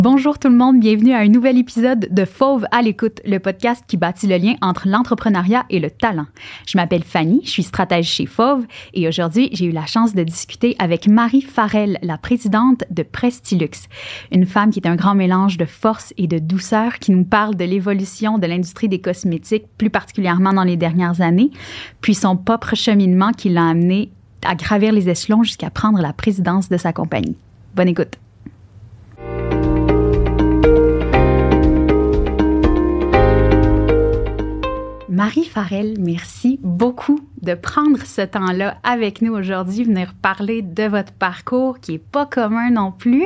Bonjour tout le monde, bienvenue à un nouvel épisode de Fauve à l'écoute, le podcast qui bâtit le lien entre l'entrepreneuriat et le talent. Je m'appelle Fanny, je suis stratège chez Fauve et aujourd'hui, j'ai eu la chance de discuter avec Marie Farrell, la présidente de Prestilux, une femme qui est un grand mélange de force et de douceur qui nous parle de l'évolution de l'industrie des cosmétiques, plus particulièrement dans les dernières années, puis son propre cheminement qui l'a amené à gravir les échelons jusqu'à prendre la présidence de sa compagnie. Bonne écoute. Marie Farrell, merci beaucoup de prendre ce temps-là avec nous aujourd'hui, venir parler de votre parcours qui n'est pas commun non plus.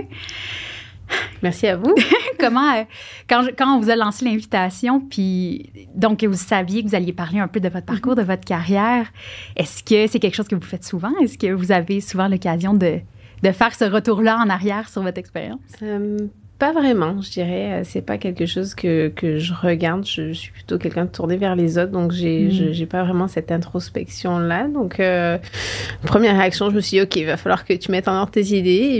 Merci à vous. Quand on vous a lancé l'invitation, puis donc vous saviez que vous alliez parler un peu de votre parcours, de votre carrière, est-ce que c'est quelque chose que vous faites souvent? Est-ce que vous avez souvent l'occasion de faire ce retour-là en arrière sur votre expérience? Pas vraiment, je dirais. C'est pas quelque chose que je regarde. Je suis plutôt quelqu'un de tourné vers les autres, donc j'ai pas vraiment cette introspection-là. Donc, première réaction, je me suis dit, OK, il va falloir que tu mettes en ordre tes idées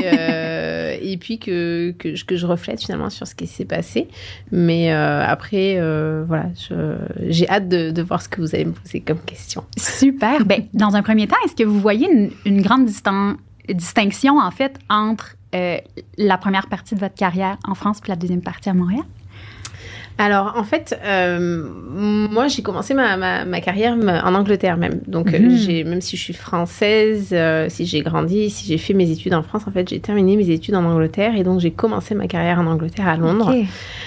et puis que je reflète finalement sur ce qui s'est passé. Mais après, voilà, j'ai hâte de voir ce que vous allez me poser comme question. Super. Ben, dans un premier temps, est-ce que vous voyez une grande distinction, en fait, entre la première partie de votre carrière en France puis la deuxième partie à Montréal? Alors, en fait, moi, j'ai commencé ma carrière en Angleterre même. Donc, même si je suis française, si j'ai grandi, si j'ai fait mes études en France, en fait, j'ai terminé mes études en Angleterre. Et donc, j'ai commencé ma carrière en Angleterre à Londres. Okay.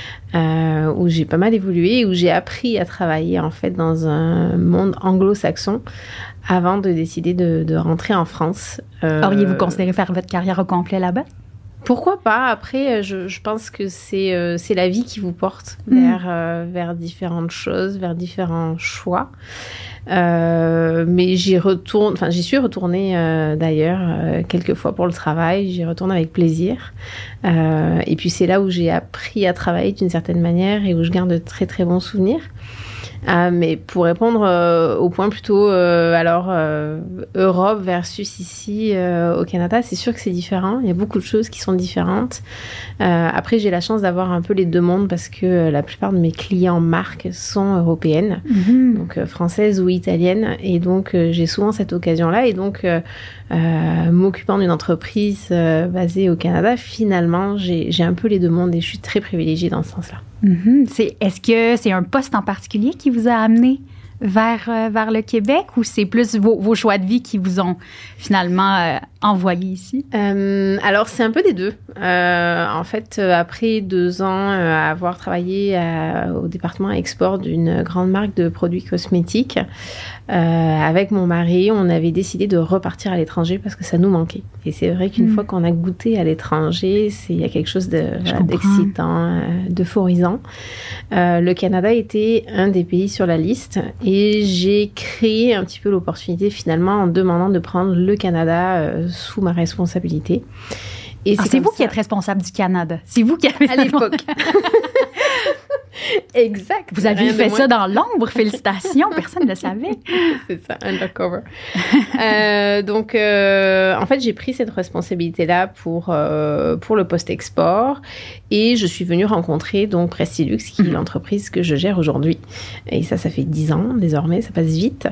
Où j'ai pas mal évolué, où j'ai appris à travailler en fait dans un monde anglo-saxon avant de décider de rentrer en France. Auriez-vous considéré faire votre carrière au complet là-bas? Pourquoi pas? Après, je pense que c'est la vie qui vous porte vers différentes choses, vers différents choix. Mais j'y suis retournée d'ailleurs quelques fois pour le travail. J'y retourne avec plaisir. Et puis c'est là où j'ai appris à travailler d'une certaine manière et où je garde de très très bons souvenirs. Mais pour répondre au point plutôt, Europe versus ici au Canada, c'est sûr que c'est différent. Il y a beaucoup de choses qui sont différentes. Après, j'ai la chance d'avoir un peu les deux mondes parce que la plupart de mes clients marques sont européennes, donc françaises ou italiennes. Et donc, j'ai souvent cette occasion-là. Et donc, m'occupant d'une entreprise basée au Canada, finalement, j'ai un peu les deux mondes et je suis très privilégiée dans ce sens-là. Est-ce que c'est un poste en particulier qui vous a amené vers le Québec ou c'est plus vos choix de vie qui vous ont finalement envoyé ici? Alors, c'est un peu des deux. En fait, après 2 ans à avoir travaillé au département export d'une grande marque de produits cosmétiques, avec mon mari, on avait décidé de repartir à l'étranger parce que ça nous manquait. Et c'est vrai qu'une fois qu'on a goûté à l'étranger, il y a quelque chose d'excitant, d'euphorisant. Le Canada était un des pays sur la liste et j'ai créé un petit peu l'opportunité finalement en demandant de prendre le Canada sous ma responsabilité. Et c'est vous qui êtes responsable du Canada. C'est vous qui avez à l'époque. Exact. Vous aviez fait ça dans l'ombre, félicitations, personne ne le savait. C'est ça, undercover. Donc, en fait, j'ai pris cette responsabilité-là pour le post-export et je suis venue rencontrer donc Prestilux, qui est l'entreprise que je gère aujourd'hui. Et ça fait 10 ans désormais, ça passe vite.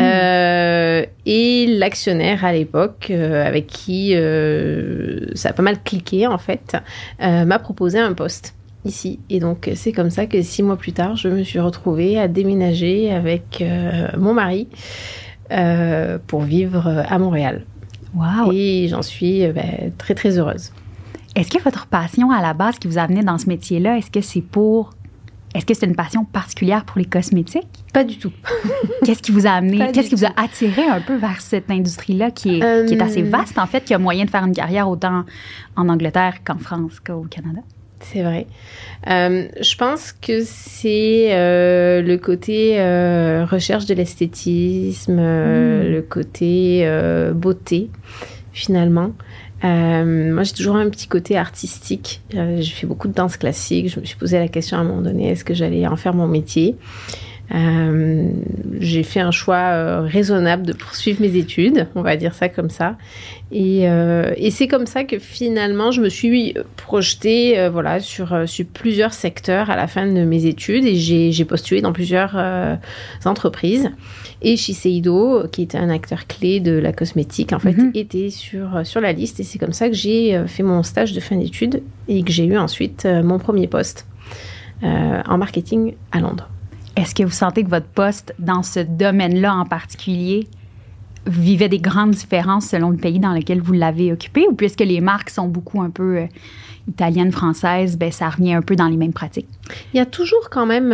Et l'actionnaire à l'époque, avec qui ça a pas mal cliqué en fait, m'a proposé un poste ici. Et donc, c'est comme ça que 6 mois plus tard, je me suis retrouvée à déménager avec mon mari pour vivre à Montréal. Wow! Et j'en suis très, très heureuse. Est-ce que votre passion à la base qui vous a amené dans ce métier-là, est-ce que c'est une passion particulière pour les cosmétiques? Pas du tout. Qu'est-ce qui vous a amené, qu'est-ce qui vous a attiré un peu vers cette industrie-là qui est assez vaste, en fait, qui a moyen de faire une carrière autant en Angleterre qu'en France qu'au Canada? C'est vrai. Je pense que c'est le côté recherche de l'esthétisme, le côté beauté, finalement. Moi, j'ai toujours un petit côté artistique. J'ai fait beaucoup de danse classique. Je me suis posé la question à un moment donné, est-ce que j'allais en faire mon métier? J'ai fait un choix raisonnable de poursuivre mes études, on va dire ça comme ça. Et c'est comme ça que finalement, je me suis projetée sur plusieurs secteurs à la fin de mes études et j'ai postulé dans plusieurs entreprises. Et Shiseido, qui était un acteur clé de la cosmétique, en fait, était sur la liste. Et c'est comme ça que j'ai fait mon stage de fin d'études et que j'ai eu ensuite mon premier poste en marketing à Londres. Est-ce que vous sentez que votre poste dans ce domaine-là en particulier vivait des grandes différences selon le pays dans lequel vous l'avez occupé? Ou puisque les marques sont beaucoup un peu italiennes, françaises, ben ça revient un peu dans les mêmes pratiques? Il y a toujours quand même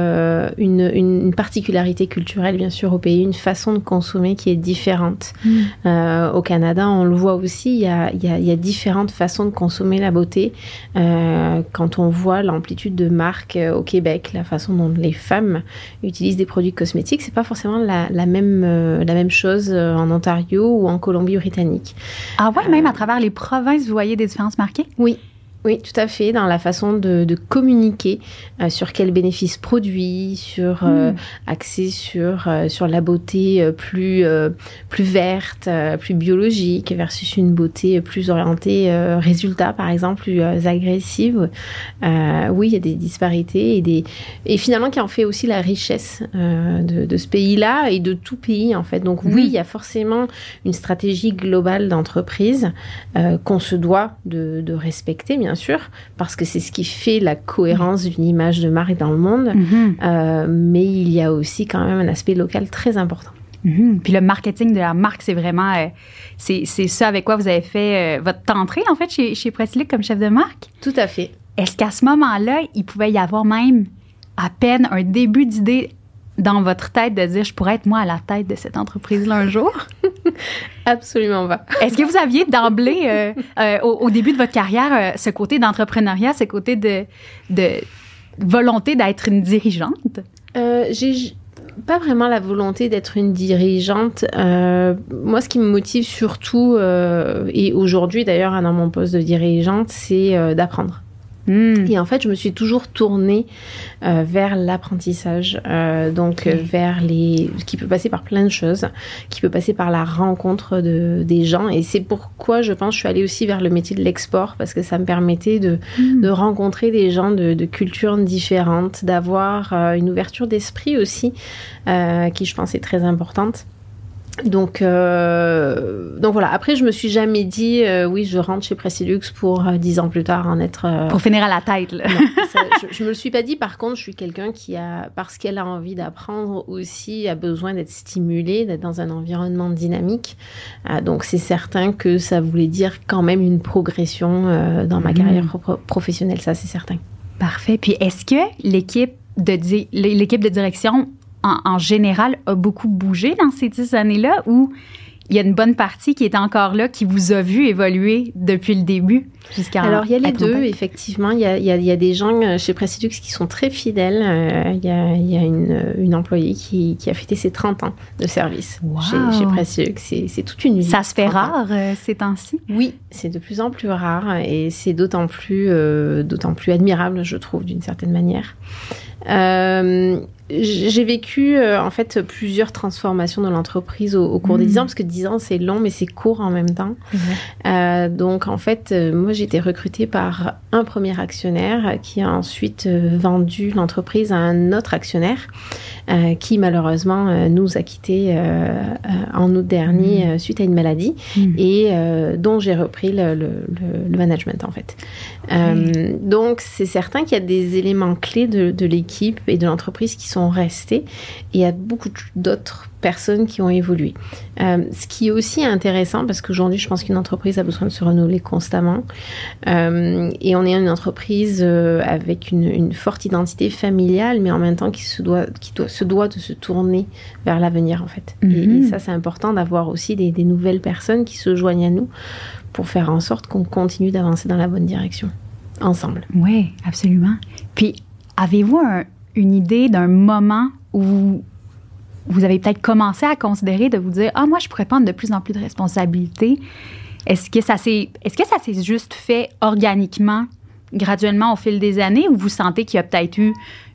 une particularité culturelle, bien sûr, au pays, une façon de consommer qui est différente. Au Canada, on le voit aussi, il y a différentes façons de consommer la beauté. Quand on voit l'amplitude de marques au Québec, la façon dont les femmes utilisent des produits cosmétiques, c'est pas forcément la même chose en Ontario ou en Colombie-Britannique. Ah ouais, même à travers les provinces, vous voyez des différences marquées? Oui, tout à fait, dans la façon de communiquer sur quels bénéfices produits, axé sur la beauté plus verte, plus biologique, versus une beauté plus orientée résultat, par exemple, plus agressive. Oui, il y a des disparités et finalement qui en fait aussi la richesse de ce pays-là et de tout pays, en fait. Donc oui, il y a forcément une stratégie globale d'entreprise qu'on se doit de respecter, bien sûr, parce que c'est ce qui fait la cohérence d'une image de marque dans le monde. Mais il y a aussi quand même un aspect local très important. Puis le marketing de la marque, c'est vraiment... c'est ça avec quoi vous avez fait votre entrée, en fait, chez Presslick comme chef de marque? Tout à fait. Est-ce qu'à ce moment-là, il pouvait y avoir même à peine un début d'idée dans votre tête de dire « je pourrais être moi à la tête de cette entreprise-là un jour ». Absolument pas. Est-ce que vous aviez d'emblée, au début de votre carrière, ce côté d'entrepreneuriat, ce côté de volonté d'être une dirigeante? J'ai pas vraiment la volonté d'être une dirigeante. Moi, ce qui me motive surtout, et aujourd'hui d'ailleurs dans mon poste de dirigeante, c'est d'apprendre. Et en fait, je me suis toujours tournée vers l'apprentissage, vers ce qui peut passer par plein de choses, qui peut passer par la rencontre des gens. Et c'est pourquoi je pense je suis allée aussi vers le métier de l'export, parce que ça me permettait de rencontrer des gens de cultures différentes, d'avoir une ouverture d'esprit aussi, qui je pense est très importante. Donc voilà. Après, je me suis jamais dit, oui, je rentre chez Pressilux pour 10 ans plus tard en être... Pour finir à la tête, là. Non, ça, je me le suis pas dit. Par contre, je suis quelqu'un qui parce qu'elle a envie d'apprendre aussi, a besoin d'être stimulée, d'être dans un environnement dynamique. Donc, c'est certain que ça voulait dire quand même une progression dans ma carrière professionnelle. Ça, c'est certain. Parfait. Puis, est-ce que l'équipe de direction en général, a beaucoup bougé dans ces 10 années-là ou il y a une bonne partie qui est encore là, qui vous a vu évoluer depuis le début jusqu'à... Alors, il y a les deux, effectivement. Il y a des gens chez Pressilux qui sont très fidèles. Il y a une employée qui a fêté ses 30 ans de service chez Pressilux. C'est toute une vie. Ça se fait rare ces temps-ci? Oui, c'est de plus en plus rare et c'est d'autant plus admirable, je trouve, d'une certaine manière. J'ai vécu en fait plusieurs transformations dans l'entreprise au cours des 10 ans, parce que 10 ans c'est long mais c'est court en même temps. Donc en fait moi j'ai été recrutée par un premier actionnaire qui a ensuite vendu l'entreprise à un autre actionnaire qui malheureusement nous a quittés en août dernier suite à une maladie et dont j'ai repris le management en fait. Donc c'est certain qu'il y a des éléments clés de l'équipe et de l'entreprise qui sont restés et il y a beaucoup d'autres personnes qui ont évolué. Ce qui est aussi intéressant parce qu'aujourd'hui je pense qu'une entreprise a besoin de se renouveler constamment et on est une entreprise avec une forte identité familiale mais en même temps qui se doit de se tourner vers l'avenir en fait. Et ça c'est important d'avoir aussi des nouvelles personnes qui se joignent à nous pour faire en sorte qu'on continue d'avancer dans la bonne direction ensemble. Oui, absolument. Puis avez-vous une idée d'un moment où vous avez peut-être commencé à considérer de vous dire « Ah, moi, je pourrais prendre de plus en plus de responsabilités. » Est-ce que ça s'est juste fait organiquement, graduellement au fil des années, ou vous sentez qu'il y a peut-être eu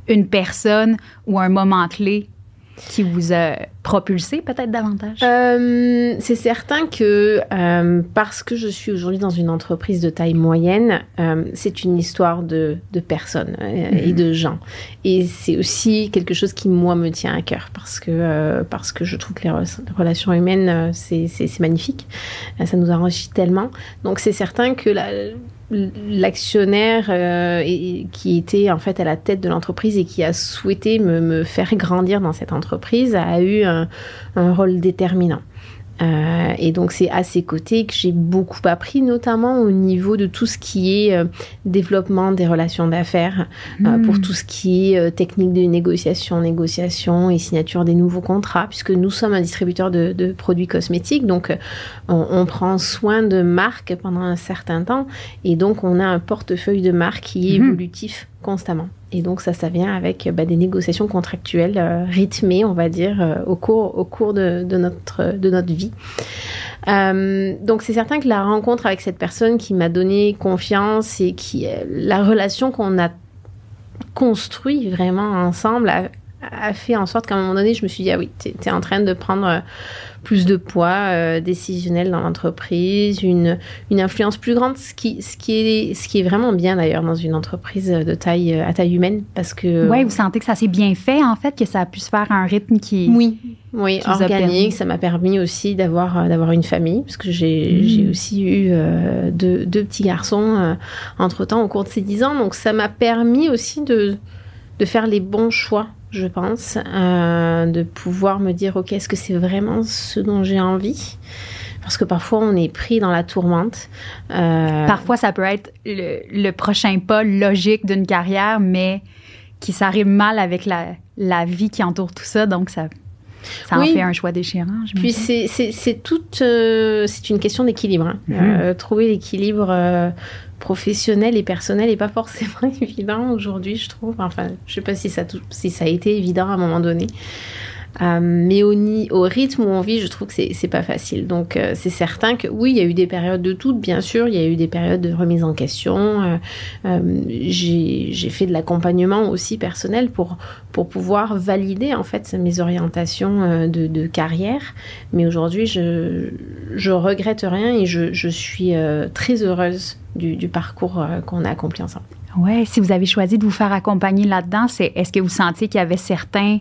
une personne ou un moment clé qui vous a propulsé peut-être davantage? C'est certain que parce que je suis aujourd'hui dans une entreprise de taille moyenne, c'est une histoire de personnes et de gens. Et c'est aussi quelque chose qui, moi, me tient à cœur parce que je trouve que les relations humaines, c'est magnifique. Ça nous enrichit tellement. Donc, c'est certain que l'actionnaire qui était en fait à la tête de l'entreprise et qui a souhaité me faire grandir dans cette entreprise a eu un rôle déterminant. Et donc, c'est à ses côtés que j'ai beaucoup appris, notamment au niveau de tout ce qui est développement des relations d'affaires, pour tout ce qui est technique de négociation et signature des nouveaux contrats, puisque nous sommes un distributeur de produits cosmétiques. Donc, on prend soin de marques pendant un certain temps. Et donc, on a un portefeuille de marques qui est évolutif constamment. Et donc, ça vient avec des négociations contractuelles rythmées, on va dire, au cours de notre vie. Donc, c'est certain que la rencontre avec cette personne qui m'a donné confiance et la relation qu'on a construite vraiment ensemble a fait en sorte qu'à un moment donné, je me suis dit, ah oui, t'es en train de prendre plus de poids décisionnel dans l'entreprise, une influence plus grande, ce qui est vraiment bien d'ailleurs dans une entreprise à taille humaine, parce que... Oui, vous sentez que ça s'est bien fait, en fait, que ça a pu se faire à un rythme qui... Oui, organique. Ça m'a permis aussi d'avoir une famille, parce que j'ai aussi eu deux petits garçons entre-temps au cours de ces 10 ans. Donc, ça m'a permis aussi de faire les bons choix, je pense, de pouvoir me dire, OK, est-ce que c'est vraiment ce dont j'ai envie ? Parce que parfois, on est pris dans la tourmente. Parfois, ça peut être le prochain pas logique d'une carrière, mais qui s'arrive mal avec la vie qui entoure tout ça. Donc, ça en fait un choix déchirant. Puis, c'est une question d'équilibre. Trouver l'équilibre professionnel et personnel n'est pas forcément évident aujourd'hui, je trouve. Enfin, je ne sais pas si ça a été évident à un moment donné. Mais au rythme où on vit, je trouve que c'est pas facile. Donc, c'est certain que oui, il y a eu des périodes de doute, bien sûr. Il y a eu des périodes de remise en question. J'ai fait de l'accompagnement aussi personnel pour pouvoir valider, en fait, mes orientations de carrière. Mais aujourd'hui, je regrette rien et je suis très heureuse du parcours qu'on a accompli ensemble. Oui, si vous avez choisi de vous faire accompagner là-dedans, est-ce que vous sentiez qu'il y avait certains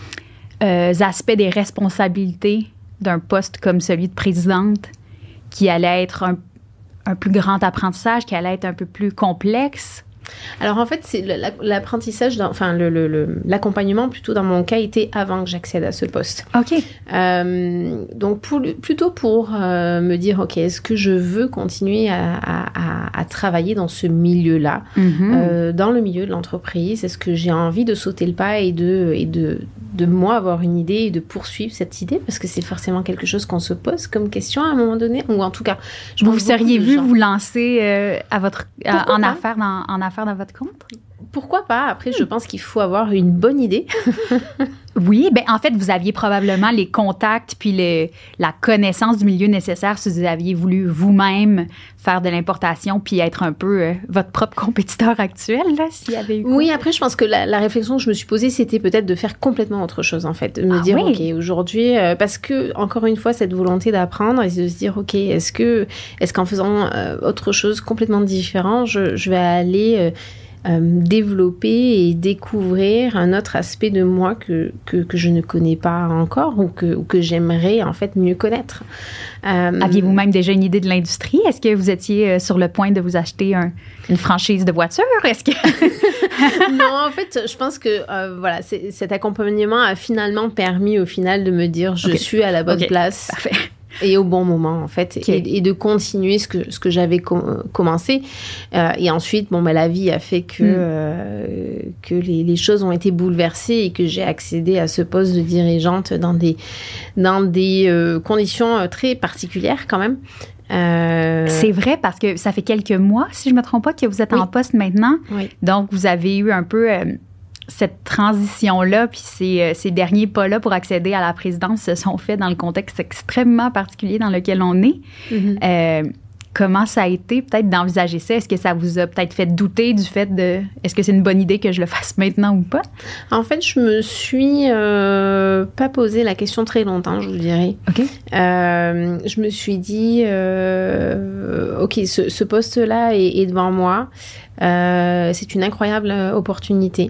aspects des responsabilités d'un poste comme celui de présidente qui allait être un plus grand apprentissage, qui allait être un peu plus complexe? Alors, en fait, c'est l'apprentissage, l'accompagnement, plutôt dans mon cas, était avant que j'accède à ce poste. OK. Donc, plutôt pour me dire, OK, est-ce que je veux continuer à travailler dans ce milieu-là, dans le milieu de l'entreprise? Est-ce que j'ai envie de sauter le pas et de moi avoir une idée et de poursuivre cette idée? Parce que c'est forcément quelque chose qu'on se pose comme question à un moment donné, ou en tout cas... Vous seriez vu vous lancer en affaires dans votre compte? Pourquoi pas? Après, je pense qu'il faut avoir une bonne idée. Oui, bien, en fait, vous aviez probablement les contacts puis la connaissance du milieu nécessaire si vous aviez voulu vous-même faire de l'importation puis être un peu votre propre compétiteur actuel, là, s'il y avait eu quoi. Oui, après, je pense que la réflexion que je me suis posée, c'était peut-être de faire complètement autre chose, en fait. De me dire, OK, aujourd'hui, parce que, encore une fois, cette volonté d'apprendre et de se dire, OK, est-ce qu'en faisant autre chose complètement différent, je vais aller... développer et découvrir un autre aspect de moi que je ne connais pas encore ou que j'aimerais en fait mieux connaître. Aviez-vous même déjà une idée de l'industrie? Est-ce que vous étiez sur le point de vous acheter une franchise de voiture? Est-ce que... Non, en fait, je pense que voilà, cet accompagnement a finalement permis au final de me dire je suis à la bonne place. Parfait. Et au bon moment, en fait, et de continuer ce que j'avais commencé. Et ensuite, la vie a fait que les choses ont été bouleversées et que j'ai accédé à ce poste de dirigeante dans des conditions très particulières quand même. C'est vrai parce que ça fait quelques mois, si je ne me trompe pas, que vous êtes en poste maintenant. Oui. Donc, vous avez eu un peu... cette transition-là, puis ces derniers pas-là pour accéder à la présidence se sont faits dans le contexte extrêmement particulier dans lequel on est. Comment ça a été peut-être d'envisager ça? Est-ce que ça vous a peut-être fait douter du fait de... Est-ce que c'est une bonne idée que je le fasse maintenant ou pas? En fait, je me suis pas posé la question très longtemps, je vous dirais. OK. Je me suis dit, OK, ce poste-là est devant moi. C'est une incroyable opportunité.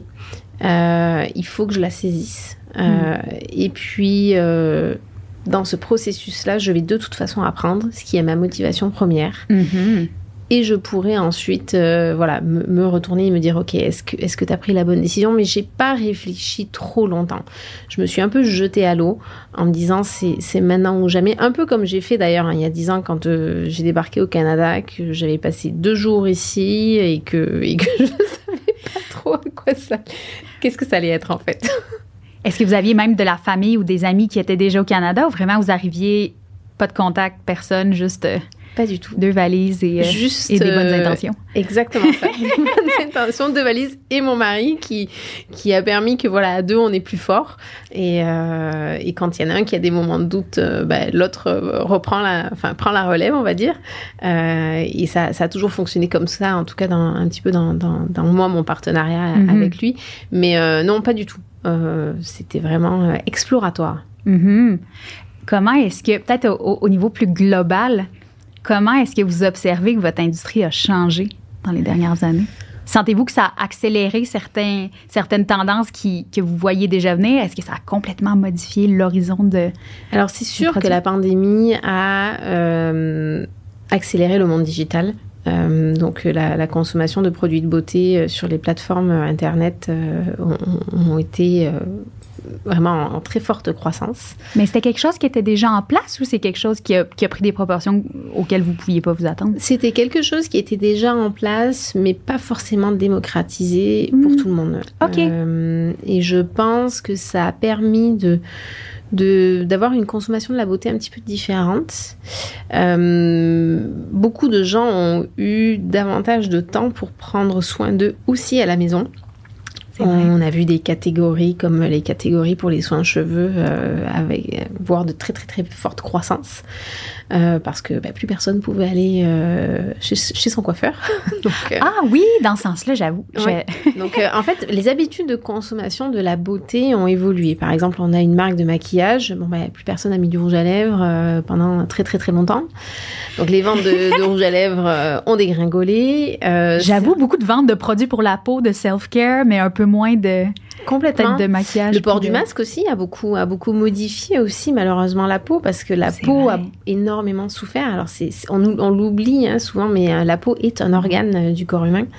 Il faut que je la saisisse. Et puis... dans ce processus-là, je vais de toute façon apprendre, ce qui est ma motivation première. Mm-hmm. Et je pourrais ensuite me retourner et me dire, OK, est-ce que tu as pris la bonne décision? Mais je n'ai pas réfléchi trop longtemps. Je me suis un peu jetée à l'eau en me disant, c'est maintenant ou jamais. Un peu comme j'ai fait d'ailleurs il y a 10 ans quand j'ai débarqué au Canada, que j'avais passé 2 jours ici et que je ne savais pas trop qu'est-ce que ça allait être en fait. Est-ce que vous aviez même de la famille ou des amis qui étaient déjà au Canada ou vraiment vous arriviez, pas de contact, personne, juste pas du tout. 2 valises et des bonnes intentions? Exactement ça. Des bonnes intentions, 2 valises et mon mari qui a permis que à 2 on est plus fort. Et quand il y en a un qui a des moments de doute, l'autre prend la relève, on va dire. Et ça a toujours fonctionné comme ça, en tout cas un petit peu dans moi, mon partenariat avec lui. Mais non, pas du tout. C'était vraiment exploratoire. Mm-hmm. Comment est-ce que, peut-être au niveau plus global, comment est-ce que vous observez que votre industrie a changé dans les dernières années? Sentez-vous que ça a accéléré certaines tendances que vous voyez déjà venir? Est-ce que ça a complètement modifié l'horizon de... Alors, c'est sûr que la pandémie a accéléré le monde digital. Donc la consommation de produits de beauté sur les plateformes Internet ont été vraiment en très forte croissance. Mais c'était quelque chose qui était déjà en place ou c'est quelque chose qui a pris des proportions auxquelles vous ne pouviez pas vous attendre? C'était quelque chose qui était déjà en place, mais pas forcément démocratisé pour tout le monde. OK. Et je pense que ça a permis d'avoir une consommation de la beauté un petit peu différente. Beaucoup de gens ont eu davantage de temps pour prendre soin d'eux aussi à la maison. On a vu des catégories comme les catégories pour les soins cheveux voire de très très très forte croissance parce que plus personne pouvait aller chez son coiffeur. Donc, ah oui, dans ce sens-là, j'avoue. Ouais. Donc en fait, les habitudes de consommation de la beauté ont évolué. Par exemple, on a une marque de maquillage. Plus personne n'a mis du rouge à lèvres pendant très très très longtemps. Donc les ventes de rouge à lèvres ont dégringolé. J'avoue, beaucoup de ventes de produits pour la peau, de self-care, mais un peu moins de... Complètement. De maquillage. Le port du masque aussi a beaucoup modifié aussi malheureusement la peau parce que la peau a énormément souffert. Alors on l'oublie souvent, mais la peau est un organe du corps humain.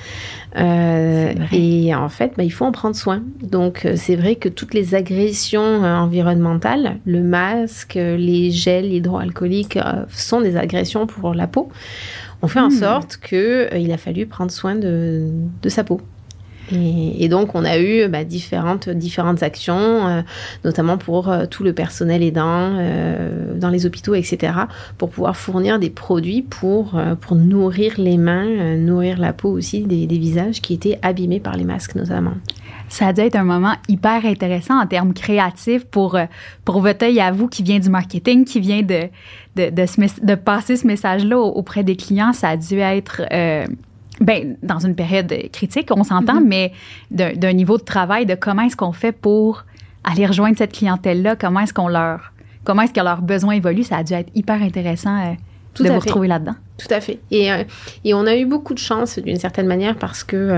Et en fait, il faut en prendre soin. Donc c'est vrai que toutes les agressions environnementales, le masque, les gels hydroalcooliques sont des agressions pour la peau. On fait en sorte qu'il a fallu prendre soin de sa peau. Et donc, on a eu différentes actions, notamment pour tout le personnel aidant dans les hôpitaux, etc., pour pouvoir fournir des produits pour nourrir les mains, nourrir la peau aussi des visages qui étaient abîmés par les masques, notamment. Ça a dû être un moment hyper intéressant en termes créatifs pour votre œil à vous qui vient du marketing, qui vient de passer ce message-là auprès des clients. Ça a dû être... dans une période critique, on s'entend, mais d'un niveau de travail, de comment est-ce qu'on fait pour aller rejoindre cette clientèle-là, comment est-ce que leurs besoins évoluent, ça a dû être hyper intéressant de vous retrouver là-dedans. Tout à fait. Et on a eu beaucoup de chance d'une certaine manière parce que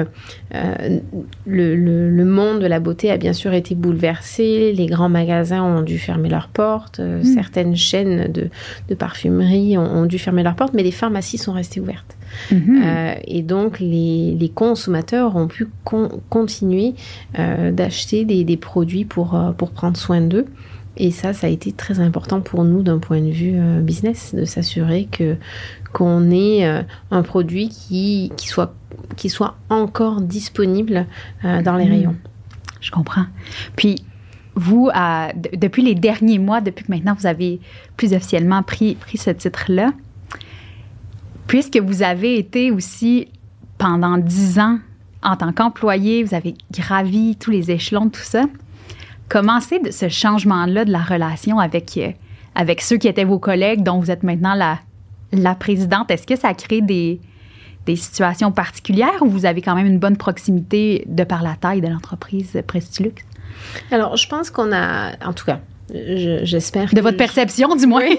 le monde de la beauté a bien sûr été bouleversé. Les grands magasins ont dû fermer leurs portes. Certaines chaînes de parfumerie ont dû fermer leurs portes, mais les pharmacies sont restées ouvertes. Et donc, les consommateurs ont pu continuer d'acheter des produits pour prendre soin d'eux. Et ça a été très important pour nous d'un point de vue business, de s'assurer qu'on ait un produit qui soit encore disponible dans les rayons. Je comprends. Puis, vous, depuis les derniers mois, depuis que maintenant vous avez plus officiellement pris ce titre-là, puisque vous avez été aussi pendant 10 ans en tant qu'employé, vous avez gravi tous les échelons, tout ça, comment c'est ce changement-là de la relation avec ceux qui étaient vos collègues, dont vous êtes maintenant la présidente, est-ce que ça crée des situations particulières ou vous avez quand même une bonne proximité de par la taille de l'entreprise Prestilux? Alors, je pense qu'on a, en tout cas, j'espère. De votre perception, du moins. Oui.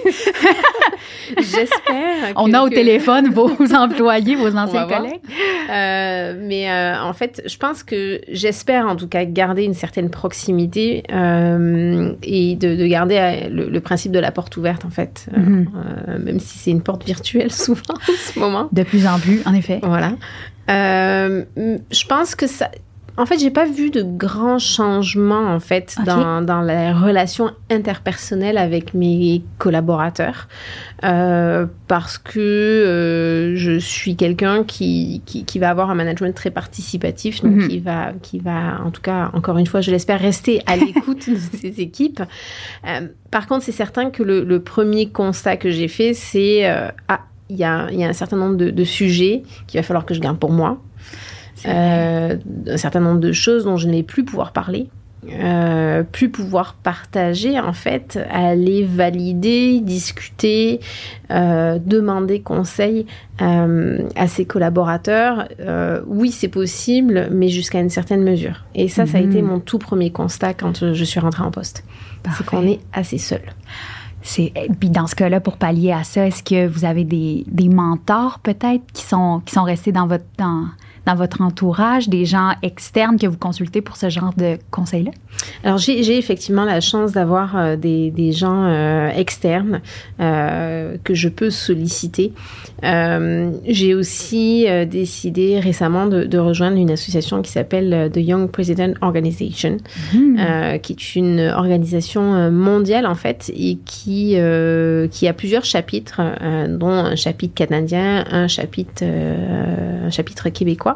J'espère. On a au téléphone vos employés, vos anciens collègues. Mais en fait, je pense que j'espère en tout cas garder une certaine proximité et de garder le principe de la porte ouverte, en fait. Même si c'est une porte virtuelle souvent en ce moment. De plus en plus, en effet. Voilà. Je pense que ça... En fait, j'ai pas vu de grands changements, en fait, dans la relation interpersonnelle avec mes collaborateurs. Parce que je suis quelqu'un qui va avoir un management très participatif, donc qui va, en tout cas, encore une fois, je l'espère, rester à l'écoute de ses équipes. Par contre, c'est certain que le premier constat que j'ai fait, c'est il y a un certain nombre de sujets qu'il va falloir que je garde pour moi. Un certain nombre de choses dont je n'ai plus pouvoir parler, plus pouvoir partager, en fait, aller valider, discuter, demander conseil à ses collaborateurs. Oui, c'est possible, mais jusqu'à une certaine mesure. Et ça a été mon tout premier constat quand je suis rentrée en poste. Parfait. C'est qu'on est assez seul. Puis dans ce cas-là, pour pallier à ça, est-ce que vous avez des mentors peut-être qui sont restés dans votre entourage, des gens externes que vous consultez pour ce genre de conseils-là? Alors, j'ai effectivement la chance d'avoir des gens externes que je peux solliciter. J'ai aussi décidé récemment de rejoindre une association qui s'appelle The Young President Organization, qui est une organisation mondiale, en fait, et qui a plusieurs chapitres, dont un chapitre canadien, un chapitre québécois.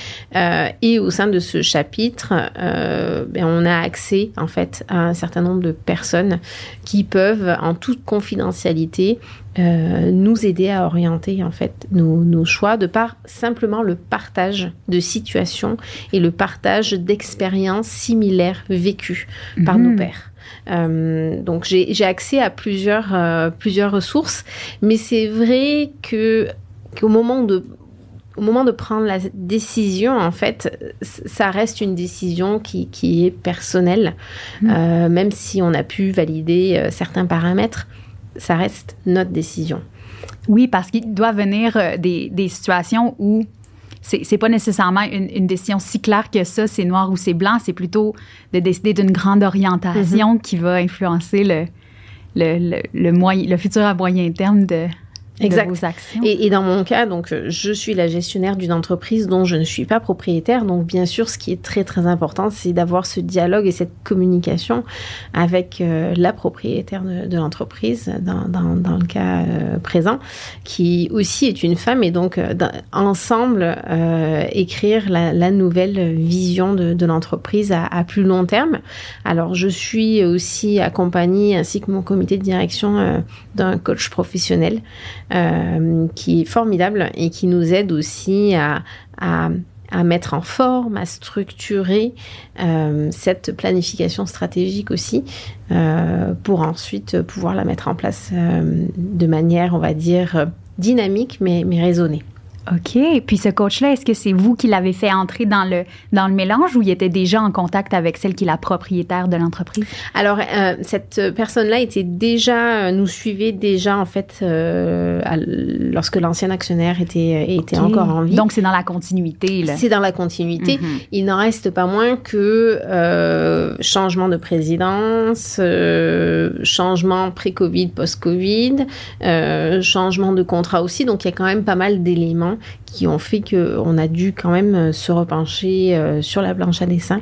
Et au sein de ce chapitre, on a accès en fait à un certain nombre de personnes qui peuvent, en toute confidentialité, nous aider à orienter en fait nos choix de par simplement le partage de situations et le partage d'expériences similaires vécues par nos pairs. Donc j'ai accès à plusieurs ressources, mais c'est vrai qu'au moment de prendre la décision, en fait, ça reste une décision qui est personnelle. Même si on a pu valider certains paramètres, ça reste notre décision. Oui, parce qu'il doit venir des situations où c'est pas nécessairement une décision si claire que ça, c'est noir ou c'est blanc, c'est plutôt de décider d'une grande orientation qui va influencer le futur à moyen terme de vos actions. Et dans mon cas, donc, je suis la gestionnaire d'une entreprise dont je ne suis pas propriétaire. Donc, bien sûr, ce qui est très, très important, c'est d'avoir ce dialogue et cette communication avec la propriétaire de l'entreprise, dans le cas présent, qui aussi est une femme. Et donc, ensemble, écrire la nouvelle vision de l'entreprise à plus long terme. Alors, je suis aussi accompagnée, ainsi que mon comité de direction, d'un coach professionnel qui est formidable et qui nous aide aussi à mettre en forme, à structurer cette planification stratégique aussi pour ensuite pouvoir la mettre en place de manière, on va dire, dynamique mais raisonnée. OK. Puis ce coach-là, est-ce que c'est vous qui l'avez fait entrer dans le mélange ou il était déjà en contact avec celle qui est la propriétaire de l'entreprise? Alors, cette personne-là nous suivait déjà, en fait, lorsque l'ancien actionnaire était encore en vie. Donc, c'est dans la continuité, là. C'est dans la continuité. Il n'en reste pas moins que changement de présidence, changement pré-Covid, post-Covid, changement de contrat aussi. Donc, il y a quand même pas mal d'éléments qui ont fait qu'on a dû quand même se repencher sur la planche à dessin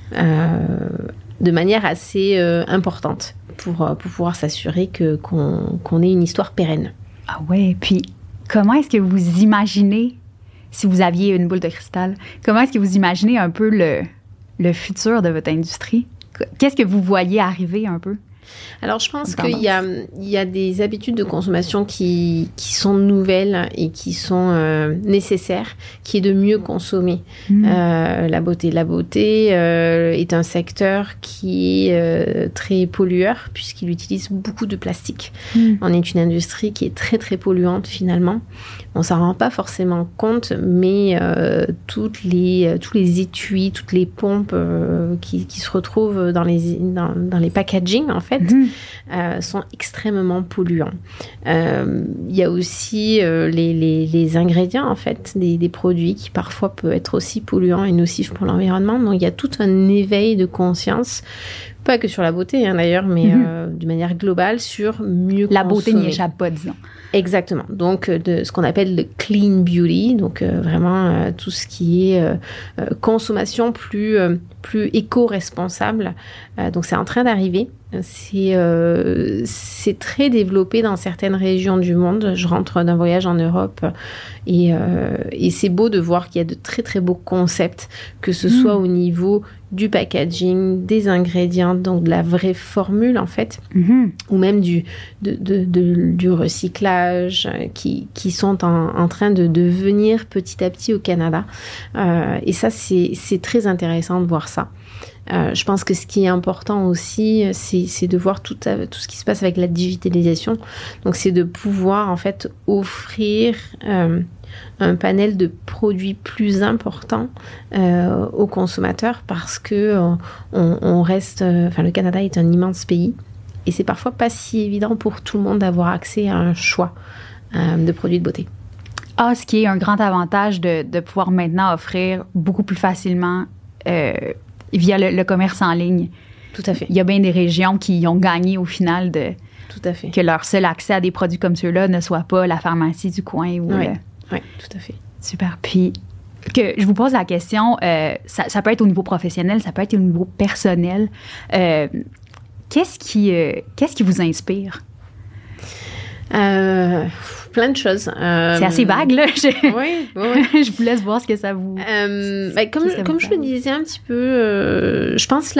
de manière assez importante pour pouvoir s'assurer qu'on ait une histoire pérenne. Ah ouais, puis comment est-ce que vous imaginez, si vous aviez une boule de cristal, comment est-ce que vous imaginez un peu le futur de votre industrie? Qu'est-ce que vous voyez arriver un peu? Alors, je pense qu'il y a des habitudes de consommation qui sont nouvelles et qui sont nécessaires, qui est de mieux consommer la beauté. La beauté est un secteur qui est très pollueur, puisqu'il utilise beaucoup de plastique. On est une industrie qui est très, très polluante, finalement. On ne s'en rend pas forcément compte, mais tous les étuis, toutes les pompes qui se retrouvent dans les packaging, en fait, sont extrêmement polluants. Il y a aussi les ingrédients, en fait, des produits qui parfois peuvent être aussi polluants et nocifs pour l'environnement. Donc, il y a tout un éveil de conscience, pas que sur la beauté, d'ailleurs, mais de manière globale, sur mieux consommer. La beauté n'y échappe pas, disons. Exactement. Donc, de ce qu'on appelle le clean beauty, donc vraiment tout ce qui est consommation plus éco-responsable. Donc, c'est en train d'arriver. C'est très développé dans certaines régions du monde. Je rentre d'un voyage en Europe et c'est beau de voir qu'il y a de très, très beaux concepts, que ce soit au niveau du packaging, des ingrédients, donc de la vraie formule, en fait, ou même du recyclage qui sont en train de venir petit à petit au Canada. Et ça, c'est très intéressant de voir ça. Je pense que ce qui est important aussi, c'est de voir tout ce qui se passe avec la digitalisation. Donc, c'est de pouvoir, en fait, offrir un panel de produits plus important aux consommateurs, parce que on reste... le Canada est un immense pays et c'est parfois pas si évident pour tout le monde d'avoir accès à un choix de produits de beauté. Ce qui est un grand avantage de pouvoir maintenant offrir beaucoup plus facilement via le commerce en ligne. Tout à fait. Il y a bien des régions qui ont gagné au final tout à fait. Que leur seul accès à des produits comme ceux-là ne soit pas la pharmacie du coin. Oui, tout à fait. Super. Puis, que je vous pose la question, ça peut être au niveau professionnel, ça peut être au niveau personnel. Qu'est-ce qui vous inspire? Plein de choses. C'est assez vague, là. Oui. Je vous laisse voir ce que ça vous... Comme je le disais un petit peu, je pense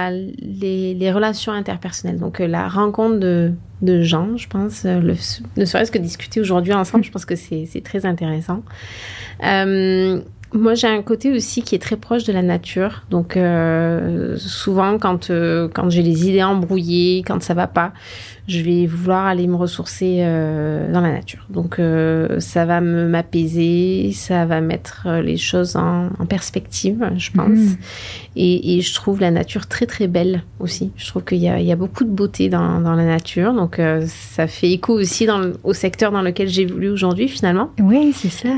les relations interpersonnelles. Donc, la rencontre de gens, je pense, ne serait-ce que discuter aujourd'hui ensemble, je pense que c'est très intéressant. Moi, j'ai un côté aussi qui est très proche de la nature. Donc, souvent, quand j'ai les idées embrouillées, quand ça va pas, je vais vouloir aller me ressourcer dans la nature. Donc, ça va m'apaiser, ça va mettre les choses en perspective, je pense. Et je trouve la nature très, très belle aussi. Je trouve qu'il y a beaucoup de beauté dans la nature. Donc, ça fait écho aussi au secteur dans lequel j'évolue aujourd'hui, finalement. Oui, c'est ça.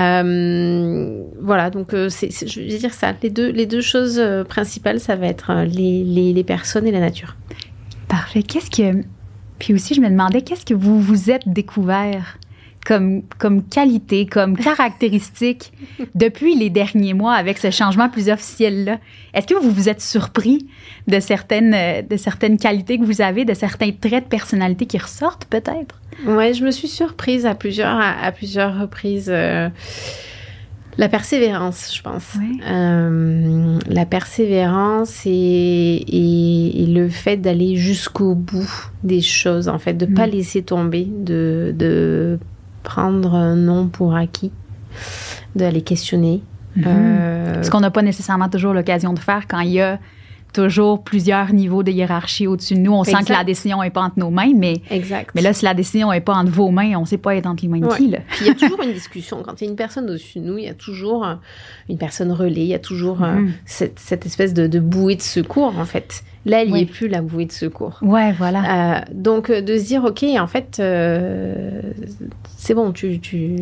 Voilà, donc je vais dire ça. Les deux choses principales, ça va être les personnes et la nature. Parfait. Puis aussi, je me demandais, qu'est-ce que vous vous êtes découvert comme qualité, comme caractéristique depuis les derniers mois avec ce changement plus officiel-là? Est-ce que vous vous êtes surpris de certaines qualités que vous avez, de certains traits de personnalité qui ressortent peut-être? Oui, je me suis surprise à plusieurs reprises. La persévérance, je pense. Oui. La persévérance et le fait d'aller jusqu'au bout des choses, en fait, de ne pas laisser tomber, de prendre un non pour acquis, d'aller questionner. Ce qu'on n'a pas nécessairement toujours l'occasion de faire quand il y a toujours plusieurs niveaux de hiérarchie au-dessus de nous. On sent que la décision n'est pas entre nos mains, mais là, si la décision n'est pas entre vos mains, on ne sait pas être entre les mains de qui. Là. Puis il y a toujours une discussion. Quand il y a une personne au-dessus de nous, il y a toujours une personne relais, il y a toujours cette espèce de bouée de secours, en fait. Là, il n'y est plus la bouée de secours. Ouais, voilà. Donc, de se dire, OK, en fait, c'est bon, tu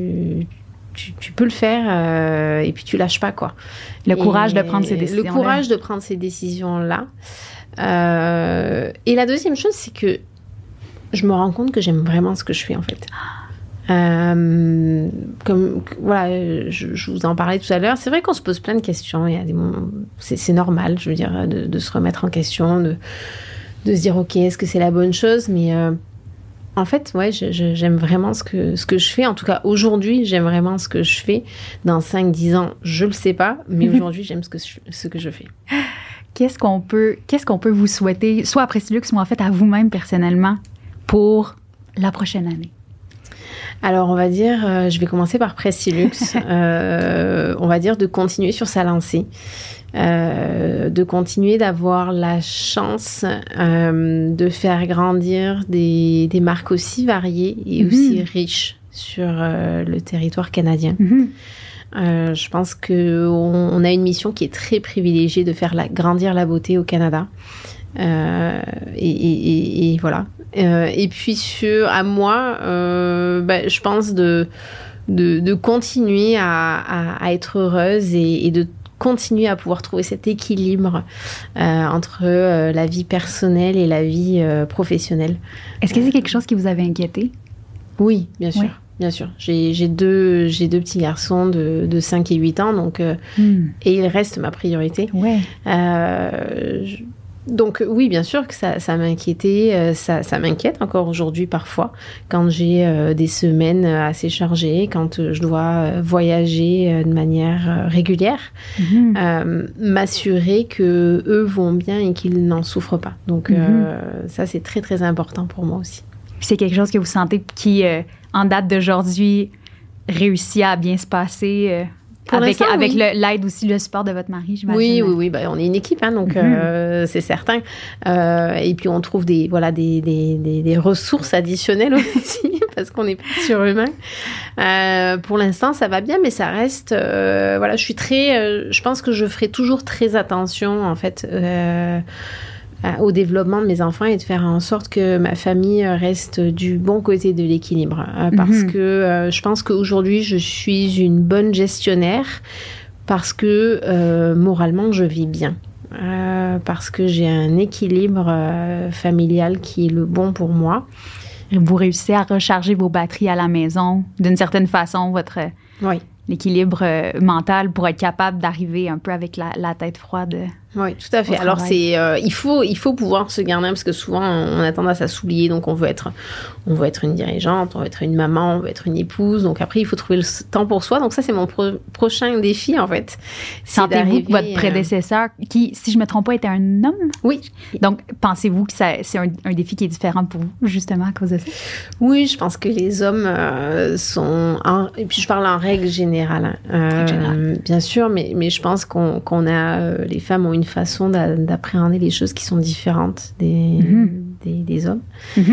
peux le faire et puis tu lâches pas, quoi. Le courage de prendre ces décisions-là. Le courage de prendre ces décisions-là. Et la deuxième chose, c'est que je me rends compte que j'aime vraiment ce que je fais, en fait. Je vous en parlais tout à l'heure. C'est vrai qu'on se pose plein de questions. Il y a des moments, c'est normal, je veux dire, de se remettre en question, de se dire, OK, est-ce que c'est la bonne chose? Mais... en fait, ouais, j'aime vraiment ce que je fais. En tout cas, aujourd'hui, j'aime vraiment ce que je fais. Dans 5-10 ans, je le sais pas. Mais aujourd'hui, j'aime ce que je fais. qu'est-ce qu'on peut vous souhaiter, soit à Prestilux, ou en fait à vous-même personnellement, pour la prochaine année? Alors, on va dire, je vais commencer par Prestilux. On va dire de continuer sur sa lancée. De continuer d'avoir la chance de faire grandir des marques aussi variées et aussi riches sur le territoire canadien. Je pense qu'on a une mission qui est très privilégiée de faire grandir la beauté au Canada. Et voilà. Et puis à moi, je pense de continuer à être heureuse et de continuer à pouvoir trouver cet équilibre entre la vie personnelle et la vie professionnelle. Est-ce que c'est quelque chose qui vous avait inquiété? Oui, bien sûr. Oui. Bien sûr. J'ai deux petits garçons de 5 et 8 ans, donc, et ils restent ma priorité. Ouais. Donc oui, bien sûr que ça m'inquiétait, ça m'inquiète encore aujourd'hui parfois, quand j'ai des semaines assez chargées, quand je dois voyager de manière régulière, m'assurer que eux vont bien et qu'ils n'en souffrent pas. Donc ça, c'est très, très important pour moi aussi. C'est quelque chose que vous sentez qui, en date d'aujourd'hui, réussit à bien se passer avec l'aide aussi, le support de votre mari, j'imagine. Oui. Ben, on est une équipe, hein, donc c'est certain. Et puis, on trouve des ressources additionnelles aussi, parce qu'on n'est pas surhumain. Pour l'instant, ça va bien, mais ça reste... je pense que je ferai toujours très attention, en fait, au développement de mes enfants et de faire en sorte que ma famille reste du bon côté de l'équilibre. Parce que je pense qu'aujourd'hui, je suis une bonne gestionnaire parce que moralement, je vis bien. Parce que j'ai un équilibre familial qui est le bon pour moi. Vous réussissez à recharger vos batteries à la maison, d'une certaine façon, l'équilibre mental pour être capable d'arriver un peu avec la tête froide. Oui, tout à fait. Alors, il faut pouvoir se garder, parce que souvent, on a tendance à s'oublier. Donc, on veut être une dirigeante, on veut être une maman, on veut être une épouse. Donc, après, il faut trouver le temps pour soi. Donc, ça, c'est mon prochain défi, en fait. Sentez-vous que votre prédécesseur, qui, si je ne me trompe pas, était un homme? Oui. Donc, pensez-vous que c'est un défi qui est différent pour vous, justement, à cause de ça? Oui, je pense que les hommes et puis, je parle en règle générale. Bien sûr, mais je pense qu'on a... les femmes ont une façon d'appréhender les choses qui sont différentes des hommes.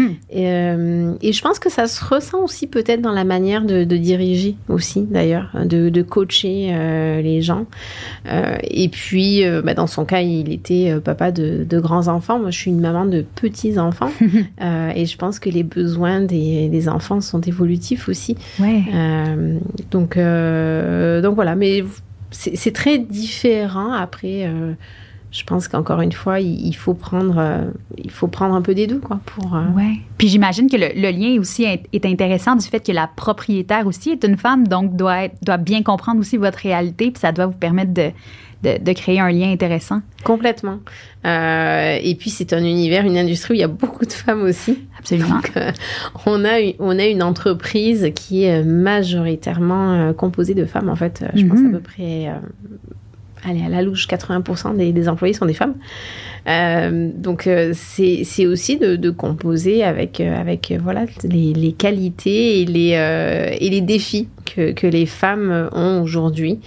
Et je pense que ça se ressent aussi peut-être dans la manière de diriger aussi, d'ailleurs, de coacher les gens. Et puis, dans son cas, il était papa de grands enfants. Moi, je suis une maman de petits enfants. Et je pense que les besoins des enfants sont évolutifs aussi. Ouais. Donc voilà, mais c'est très différent. Après, je pense qu'encore une fois, il faut prendre un peu des deux, quoi, pour... Ouais. Puis j'imagine que le lien aussi est intéressant du fait que la propriétaire aussi est une femme, donc doit bien comprendre aussi votre réalité, puis ça doit vous permettre de créer un lien intéressant. Complètement. Et puis, c'est un univers, une industrie où il y a beaucoup de femmes aussi. Absolument. Donc, on a une entreprise qui est majoritairement composée de femmes, en fait. Je pense à peu près... à la louche, 80% des employés sont des femmes. Donc, c'est aussi de composer avec les qualités et les défis que les femmes ont aujourd'hui.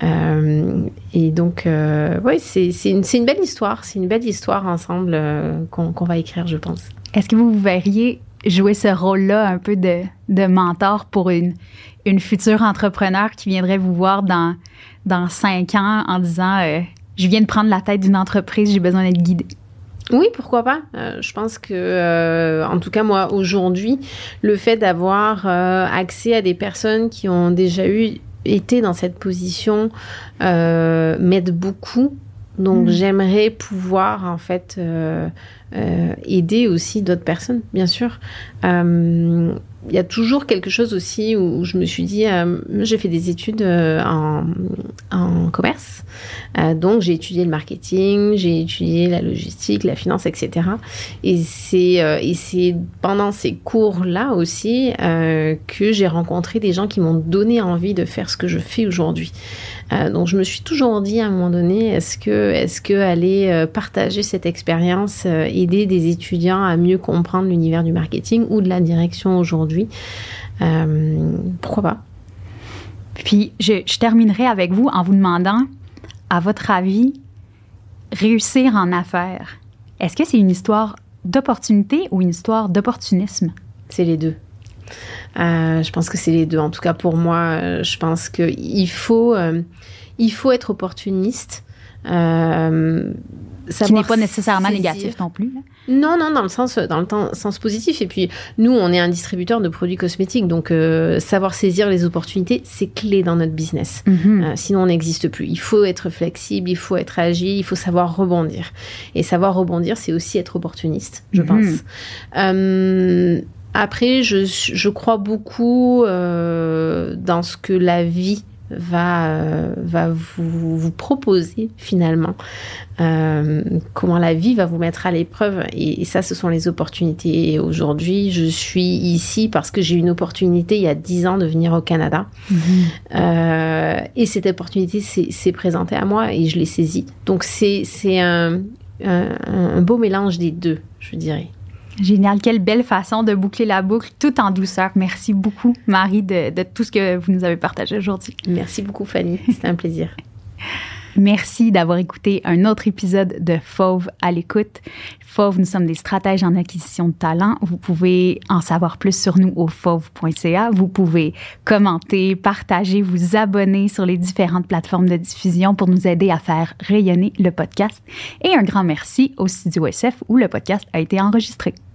Et donc, c'est une belle histoire. C'est une belle histoire ensemble qu'on va écrire, je pense. Est-ce que vous verriez jouer ce rôle-là un peu de mentor pour une future entrepreneur qui viendrait vous voir dans 5 ans en disant je viens de prendre la tête d'une entreprise, j'ai besoin d'être guidée? Oui, pourquoi pas. Je pense que, en tout cas, moi, aujourd'hui, le fait d'avoir accès à des personnes qui ont déjà été dans cette position m'aide beaucoup. Donc, j'aimerais pouvoir, en fait, aider aussi d'autres personnes, bien sûr. il y a toujours quelque chose aussi où je me suis dit, j'ai fait des études en commerce, donc j'ai étudié le marketing, j'ai étudié la logistique, la finance, etc. Et c'est pendant ces cours-là aussi que j'ai rencontré des gens qui m'ont donné envie de faire ce que je fais aujourd'hui. Donc je me suis toujours dit à un moment donné, est-ce que aller partager cette expérience, aider des étudiants à mieux comprendre l'univers du marketing ou de la direction aujourd'hui, pourquoi pas? Puis je terminerai avec vous en vous demandant, à votre avis, réussir en affaires, est-ce que c'est une histoire d'opportunité ou une histoire d'opportunisme? C'est les deux. Je pense que c'est les deux. En tout cas, pour moi, je pense qu'il faut être opportuniste. Qui n'est pas nécessairement négatif non plus. Là. Non, dans le sens positif. Et puis, nous, on est un distributeur de produits cosmétiques. Donc, savoir saisir les opportunités, c'est clé dans notre business. Mm-hmm. Sinon, on n'existe plus. Il faut être flexible, il faut être agile, il faut savoir rebondir. Et savoir rebondir, c'est aussi être opportuniste, je pense. Après, je crois beaucoup dans ce que la vie va vous proposer finalement, comment la vie va vous mettre à l'épreuve, et ça, ce sont les opportunités. Et aujourd'hui, je suis ici parce que j'ai eu une opportunité il y a 10 ans de venir au Canada, et cette opportunité s'est présentée à moi et je l'ai saisie. Donc c'est un beau mélange des deux, je dirais. Génial. Quelle belle façon de boucler la boucle tout en douceur. Merci beaucoup, Marie, de tout ce que vous nous avez partagé aujourd'hui. Merci beaucoup, Fanny. C'était un plaisir. Merci d'avoir écouté un autre épisode de Fauve à l'écoute. Fauve, nous sommes des stratèges en acquisition de talent. Vous pouvez en savoir plus sur nous au fauve.ca. Vous pouvez commenter, partager, vous abonner sur les différentes plateformes de diffusion pour nous aider à faire rayonner le podcast. Et un grand merci au Studio SF où le podcast a été enregistré.